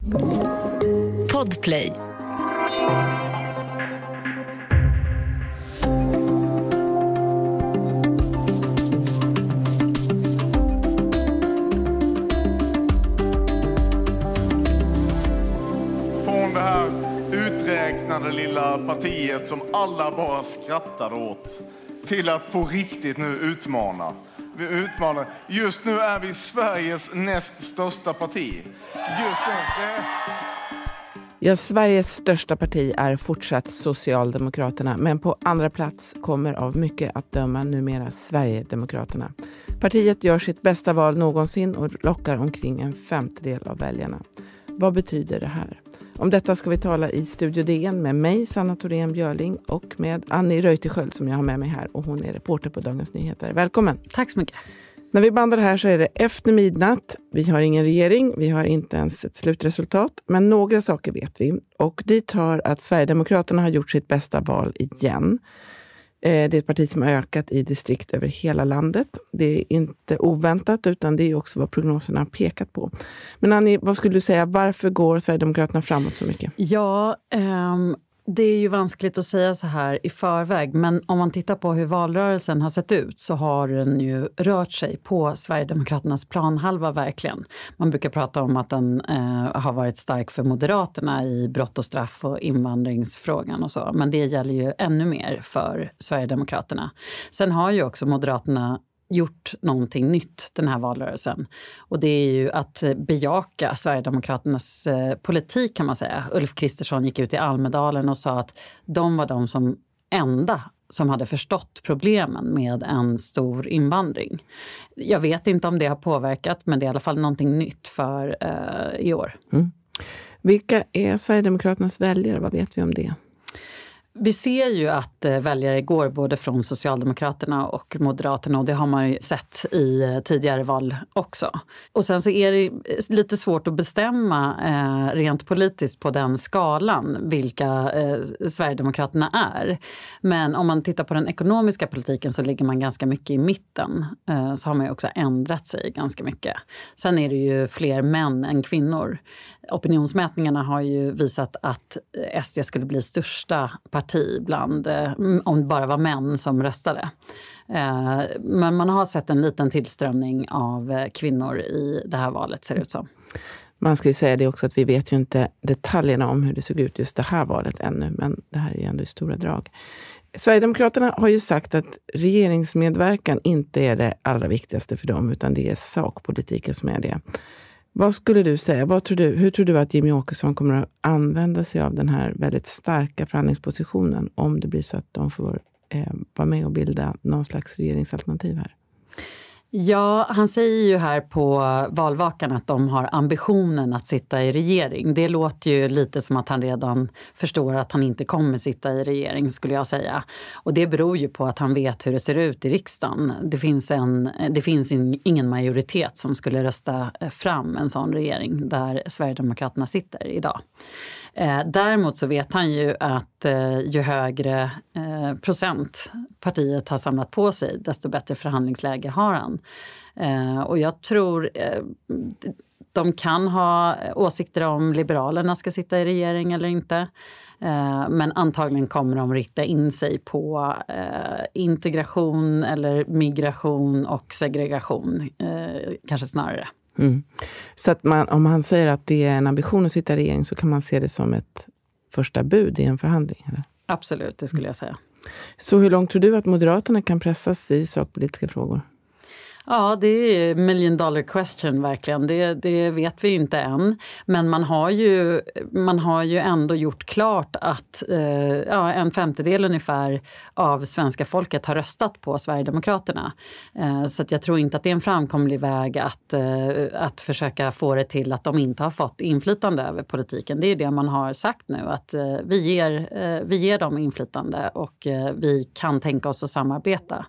Podplay. Från det här uträknade lilla partiet som alla bara skrattar åt till att på riktigt nu utmana. Vi utmanar. Just nu är vi Sveriges näst största parti. Just nu. Ja, Sveriges största parti är fortsatt Socialdemokraterna, men på andra plats kommer av mycket att döma numera Sverigedemokraterna. Partiet gör sitt bästa val någonsin och lockar omkring en femtedel av väljarna. Vad betyder det här? Om detta ska vi tala i Studio DN med mig, Sanna Thorén Björling, och med Annie Reuterskiöld som jag har med mig här, och hon är reporter på Dagens Nyheter. Välkommen! Tack så mycket! När vi bandar här så är det efter midnatt. Vi har ingen regering, vi har inte ens ett slutresultat, men några saker vet vi. Och dit hör att Sverigedemokraterna har gjort sitt bästa val igen. Det är ett parti som har ökat i distrikt över hela landet. Det är inte oväntat, utan det är också vad prognoserna har pekat på. Men Annie, vad skulle du säga? Varför går Sverigedemokraterna framåt så mycket? Ja, det är ju vanskligt att säga så här i förväg. Men om man tittar på hur valrörelsen har sett ut så har den ju rört sig på Sverigedemokraternas planhalva verkligen. Man brukar prata om att den har varit stark för Moderaterna i brott och straff och invandringsfrågan och så. Men det gäller ju ännu mer för Sverigedemokraterna. Sen har ju också Moderaterna gjort någonting nytt den här valrörelsen. Och det är ju att bejaka Sverigedemokraternas politik, kan man säga. Ulf Kristersson gick ut i Almedalen och sa att de var de som enda som hade förstått problemen med en stor invandring. Jag vet inte om det har påverkat, men det är i alla fall någonting nytt för i år. Mm. Vilka är Sverigedemokraternas väljare? Vad vet vi om det? Vi ser ju att väljare går både från Socialdemokraterna och Moderaterna, och det har man ju sett i tidigare val också. Och sen så är det lite svårt att bestämma rent politiskt på den skalan vilka Sverigedemokraterna är. Men om man tittar på den ekonomiska politiken så ligger man ganska mycket i mitten. Så har man ju också ändrat sig ganska mycket. Sen är det ju fler män än kvinnor. Opinionsmätningarna har ju visat att SD skulle bli största parti bland, om det bara var män som röstade. Men man har sett en liten tillströmning av kvinnor i det här valet, ser det ut som. Man ska ju säga det också att vi vet ju inte detaljerna om hur det såg ut just det här valet ännu, men det här är ju ändå i stora drag. Sverigedemokraterna har ju sagt att regeringsmedverkan inte är det allra viktigaste för dem, utan det är sakpolitiken som är det. Vad skulle du säga? Hur tror du att Jimmie Åkesson kommer att använda sig av den här väldigt starka förhandlingspositionen om det blir så att de får vara med och bilda någon slags regeringsalternativ här? Ja, han säger ju här på valvakan att de har ambitionen att sitta i regering. Det låter ju lite som att han redan förstår att han inte kommer sitta i regering, skulle jag säga. Och det beror ju på att han vet hur det ser ut i riksdagen. Det finns ingen majoritet som skulle rösta fram en sån regering där Sverigedemokraterna sitter idag. Däremot så vet han ju att ju högre procent partiet har samlat på sig, desto bättre förhandlingsläge har han. Och jag tror de kan ha åsikter om Liberalerna ska sitta i regering eller inte. Men antagligen kommer de rikta in sig på integration eller migration och segregation, kanske snarare. Mm. Så att om han säger att det är en ambition att sitta i regering, så kan man se det som ett första bud i en förhandling? Eller? Absolut, det skulle jag säga. Så hur långt tror du att Moderaterna kan pressas i sakpolitiska frågor? Ja, det är million dollar question verkligen. Det vet vi inte än. Men man har ju ändå gjort klart att en femtedel ungefär av svenska folket har röstat på Sverigedemokraterna. Så att jag tror inte att det är en framkomlig väg att försöka få det till att de inte har fått inflytande över politiken. Det är det man har sagt nu, att vi ger dem inflytande och vi kan tänka oss att samarbeta.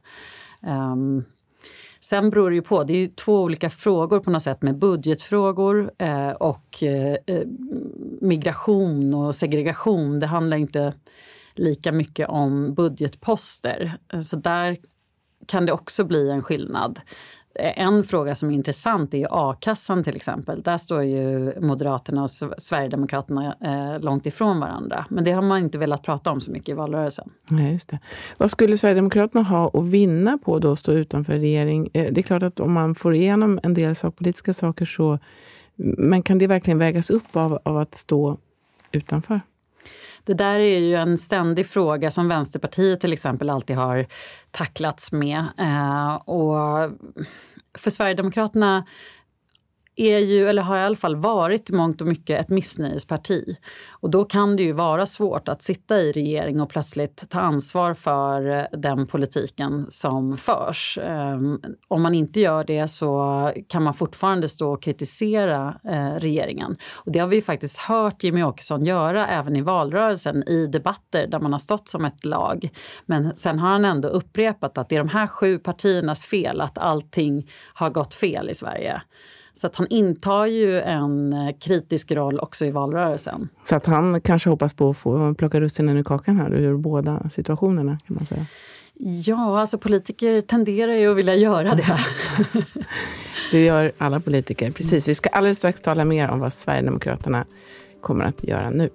Sen beror det ju på, det är ju två olika frågor på något sätt, med budgetfrågor och migration och segregation. Det handlar inte lika mycket om budgetposter. Så där kan det också bli en skillnad. En fråga som är intressant är ju a-kassan till exempel. Där står ju Moderaterna och Sverigedemokraterna långt ifrån varandra. Men det har man inte velat prata om så mycket i valrörelsen. Nej, just det. Vad skulle Sverigedemokraterna ha att vinna på då att stå utanför regering? Det är klart att om man får igenom en del sakpolitiska saker så... Men kan det verkligen vägas upp av att stå utanför? Det där är ju en ständig fråga som Vänsterpartiet till exempel alltid har tacklats med. Och för Sverigedemokraterna är ju, eller har i alla fall varit i mångt och mycket ett missnöjesparti. Och då kan det ju vara svårt att sitta i regering och plötsligt ta ansvar för den politiken som förs. Om man inte gör det så kan man fortfarande stå och kritisera regeringen. Och det har vi faktiskt hört Jimmy Åkesson göra även i valrörelsen i debatter där man har stått som ett lag. Men sen har han ändå upprepat att det är de här 7 partiernas fel att allting har gått fel i Sverige. Så att han intar ju en kritisk roll också i valrörelsen. Så att han kanske hoppas på att få plocka russinen ur kakan här ur båda situationerna kan man säga. Ja, alltså politiker tenderar ju att vilja göra det. Det gör alla politiker, precis. Vi ska alldeles strax tala mer om vad Sverigedemokraterna kommer att göra nu.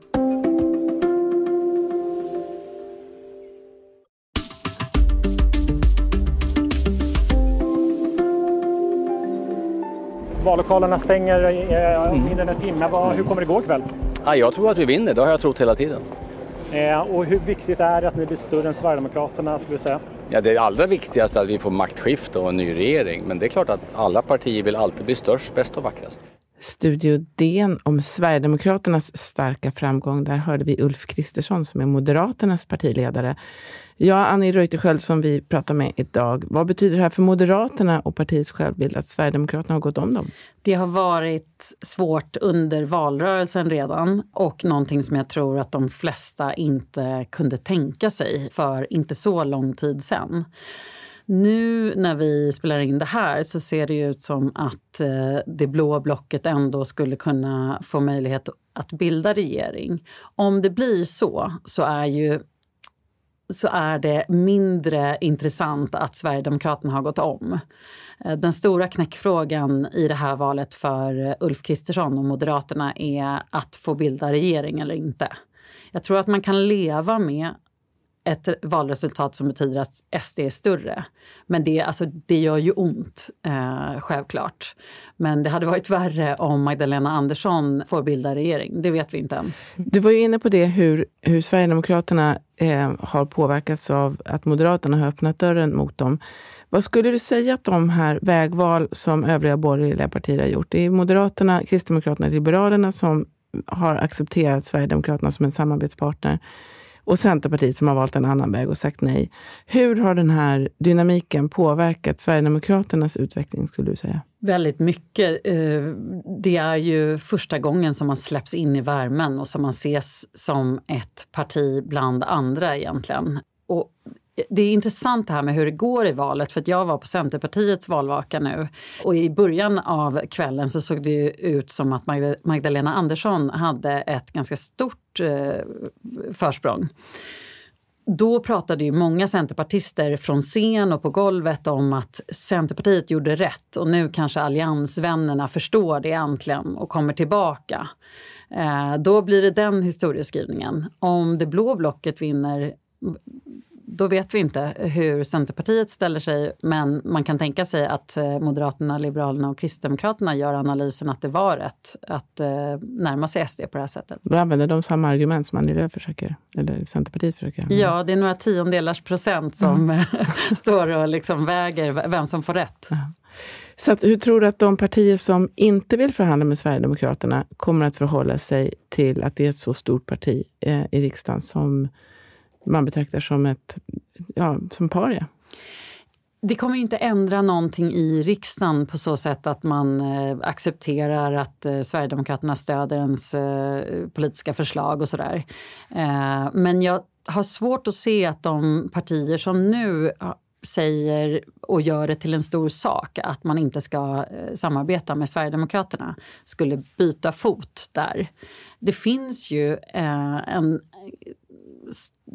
Vallokalerna stänger mindre än en timme. Hur kommer det gå ikväll? Ja, jag tror att vi vinner, det har jag trott hela tiden. Och hur viktigt är det att ni blir större än Sverigedemokraterna skulle du säga? Ja, det allra viktigaste är att vi får maktskifte och en ny regering. Men det är klart att alla partier vill alltid bli störst, bäst och vackrast. Studio DN om Sverigedemokraternas starka framgång. Där hörde vi Ulf Kristersson som är Moderaternas partiledare. Ja, Annie Reuterskiöld som vi pratar med idag. Vad betyder det här för Moderaterna och partiets självbild att Sverigedemokraterna har gått om dem? Det har varit svårt under valrörelsen redan och någonting som jag tror att de flesta inte kunde tänka sig för inte så lång tid sedan. Nu när vi spelar in det här så ser det ut som att det blå blocket ändå skulle kunna få möjlighet att bilda regering. Om det blir så är det mindre intressant att Sverigedemokraterna har gått om. Den stora knäckfrågan i det här valet för Ulf Kristersson och Moderaterna är att få bilda regering eller inte. Jag tror att man kan leva med ett valresultat som betyder att SD är större. Men det gör ju ont, självklart. Men det hade varit värre om Magdalena Andersson får bilda regering. Det vet vi inte än. Du var ju inne på det hur Sverigedemokraterna har påverkats av att Moderaterna har öppnat dörren mot dem. Vad skulle du säga att de här vägval som övriga borgerliga partier har gjort? Det är Moderaterna, Kristdemokraterna och Liberalerna som har accepterat Sverigedemokraterna som en samarbetspartner. Och Centerpartiet som har valt en annan väg och sagt nej. Hur har den här dynamiken påverkat Sverigedemokraternas utveckling skulle du säga? Väldigt mycket. Det är ju första gången som man släpps in i värmen och som man ses som ett parti bland andra egentligen. Och det är intressant det här med hur det går i valet för att jag var på Centerpartiets valvaka nu och i början av kvällen så såg det ju ut som att Magdalena Andersson hade ett ganska stort försprång. Då pratade ju många centerpartister från scen och på golvet om att Centerpartiet gjorde rätt och nu kanske alliansvännerna förstår det äntligen och kommer tillbaka. Då blir det den historieskrivningen. Om det blå blocket vinner, då vet vi inte hur Centerpartiet ställer sig, men man kan tänka sig att Moderaterna, Liberalerna och Kristdemokraterna gör analysen att det var rätt att närma sig SD på det här sättet. Då använder de samma argument som Annie Lööf försöker, eller Centerpartiet försöker. Ja, det är några 10% som står och liksom väger vem som får rätt. Ja. Så hur tror du att de partier som inte vill förhandla med Sverigedemokraterna kommer att förhålla sig till att det är ett så stort parti i riksdagen som man betraktar som som paria? Det kommer inte ändra någonting i riksdagen på så sätt att man accepterar att Sverigedemokraterna stöder ens politiska förslag och sådär. Men jag har svårt att se att de partier som nu säger och gör det till en stor sak att man inte ska samarbeta med Sverigedemokraterna skulle byta fot där. Det finns ju en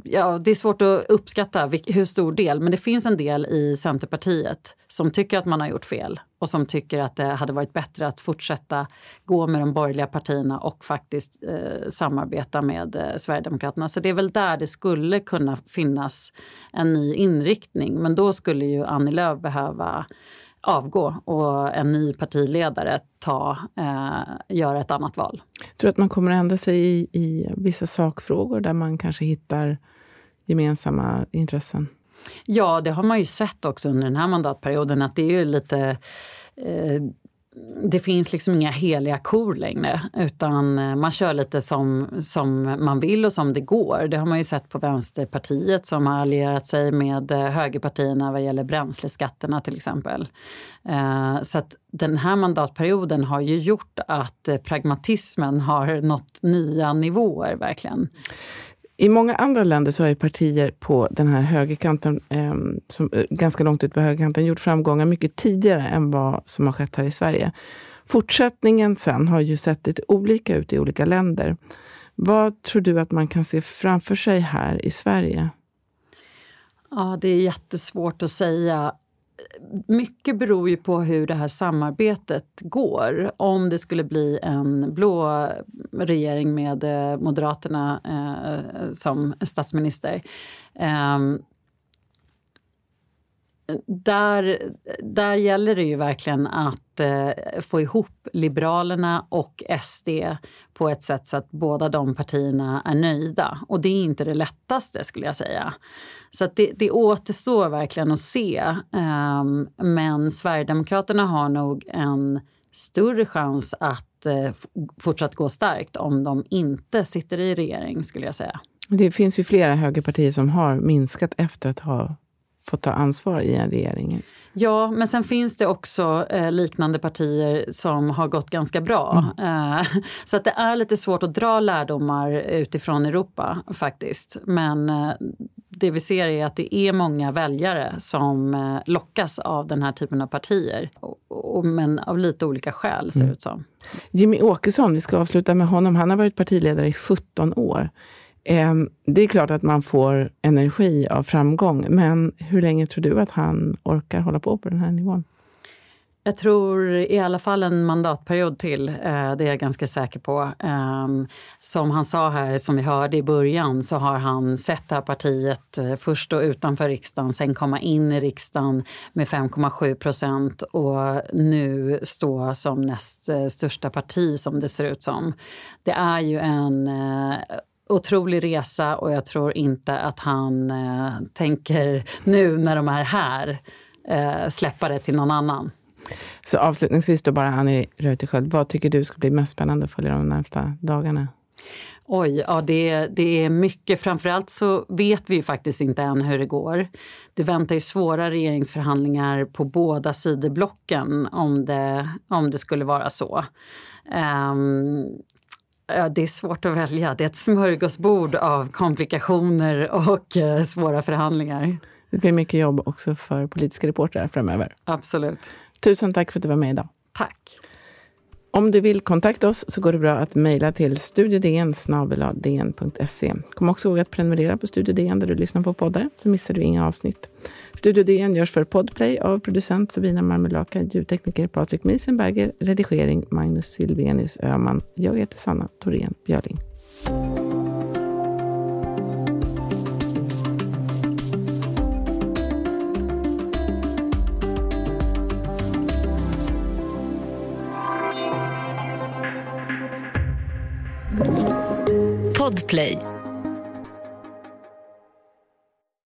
det är svårt att uppskatta hur stor del, men det finns en del i Centerpartiet som tycker att man har gjort fel och som tycker att det hade varit bättre att fortsätta gå med de borgerliga partierna och faktiskt samarbeta med Sverigedemokraterna. Så det är väl där det skulle kunna finnas en ny inriktning, men då skulle ju Annie Lööf behöva avgå och en ny partiledare göra ett annat val. Jag tror att man kommer att ändra sig i vissa sakfrågor där man kanske hittar gemensamma intressen. Ja, det har man ju sett också under den här mandatperioden, att det är ju lite... det finns liksom inga heliga kor längre, utan man kör lite som man vill och som det går. Det har man ju sett på Vänsterpartiet som har allierat sig med högerpartierna vad gäller bränsleskatterna till exempel. Så att den här mandatperioden har ju gjort att pragmatismen har nått nya nivåer verkligen. I många andra länder så har ju partier på den här högerkanten, som ganska långt ut på högerkanten, gjort framgångar mycket tidigare än vad som har skett här i Sverige. Fortsättningen sen har ju sett lite olika ut i olika länder. Vad tror du att man kan se framför sig här i Sverige? Ja, det är jättesvårt att säga. Mycket beror ju på hur det här samarbetet går. Om det skulle bli en blå regering med Moderaterna som statsminister. Där gäller det ju verkligen att få ihop Liberalerna och SD på ett sätt så att båda de partierna är nöjda. Och det är inte det lättaste skulle jag säga. Så att det återstår verkligen att se. Men Sverigedemokraterna har nog en större chans att fortsatt gå starkt om de inte sitter i regering skulle jag säga. Det finns ju flera högerpartier som har minskat efter att ha fått ta ansvar i en regering. Ja, men sen finns det också liknande partier som har gått ganska bra. Så att det är lite svårt att dra lärdomar utifrån Europa faktiskt. Men det vi ser är att det är många väljare som lockas av den här typen av partier. Men av lite olika skäl ser det ut som. Jimmie Åkesson, vi ska avsluta med honom. Han har varit partiledare i 17 år. Det är klart att man får energi av framgång, men hur länge tror du att han orkar hålla på den här nivån? Jag tror i alla fall en mandatperiod till, det är jag ganska säker på. Som han sa här, som vi hörde i början, så har han sett det här partiet först då utanför riksdagen, sen komma in i riksdagen med 5,7% och nu stå som näst största parti som det ser ut som. Det är ju en otrolig resa och jag tror inte att han tänker nu när de är här släppa det till någon annan. Så avslutningsvis då bara Annie Reuterskiöld, vad tycker du ska bli mest spännande att följa de närmsta dagarna? Oj, ja det är mycket. Framförallt så vet vi ju faktiskt inte än hur det går. Det väntar ju svåra regeringsförhandlingar på båda sidoblocken om det skulle vara så. Ja, det är svårt att välja. Det är ett smörgåsbord av komplikationer och svåra förhandlingar. Det blir mycket jobb också för politiska reportrar framöver. Absolut. Tusen tack för att du var med idag. Tack. Om du vill kontakta oss så går det bra att mejla till studiodn@dn.se. Kom också ihåg att prenumerera på Studio DN där du lyssnar på poddar så missar du inga avsnitt. Studio DN görs för Podplay av producent Sabina Marmelaka, ljudtekniker Patrik Miesenberger, redigering Magnus Silvenius Öhman. Jag heter Sanna Thorén Björling. Podplay.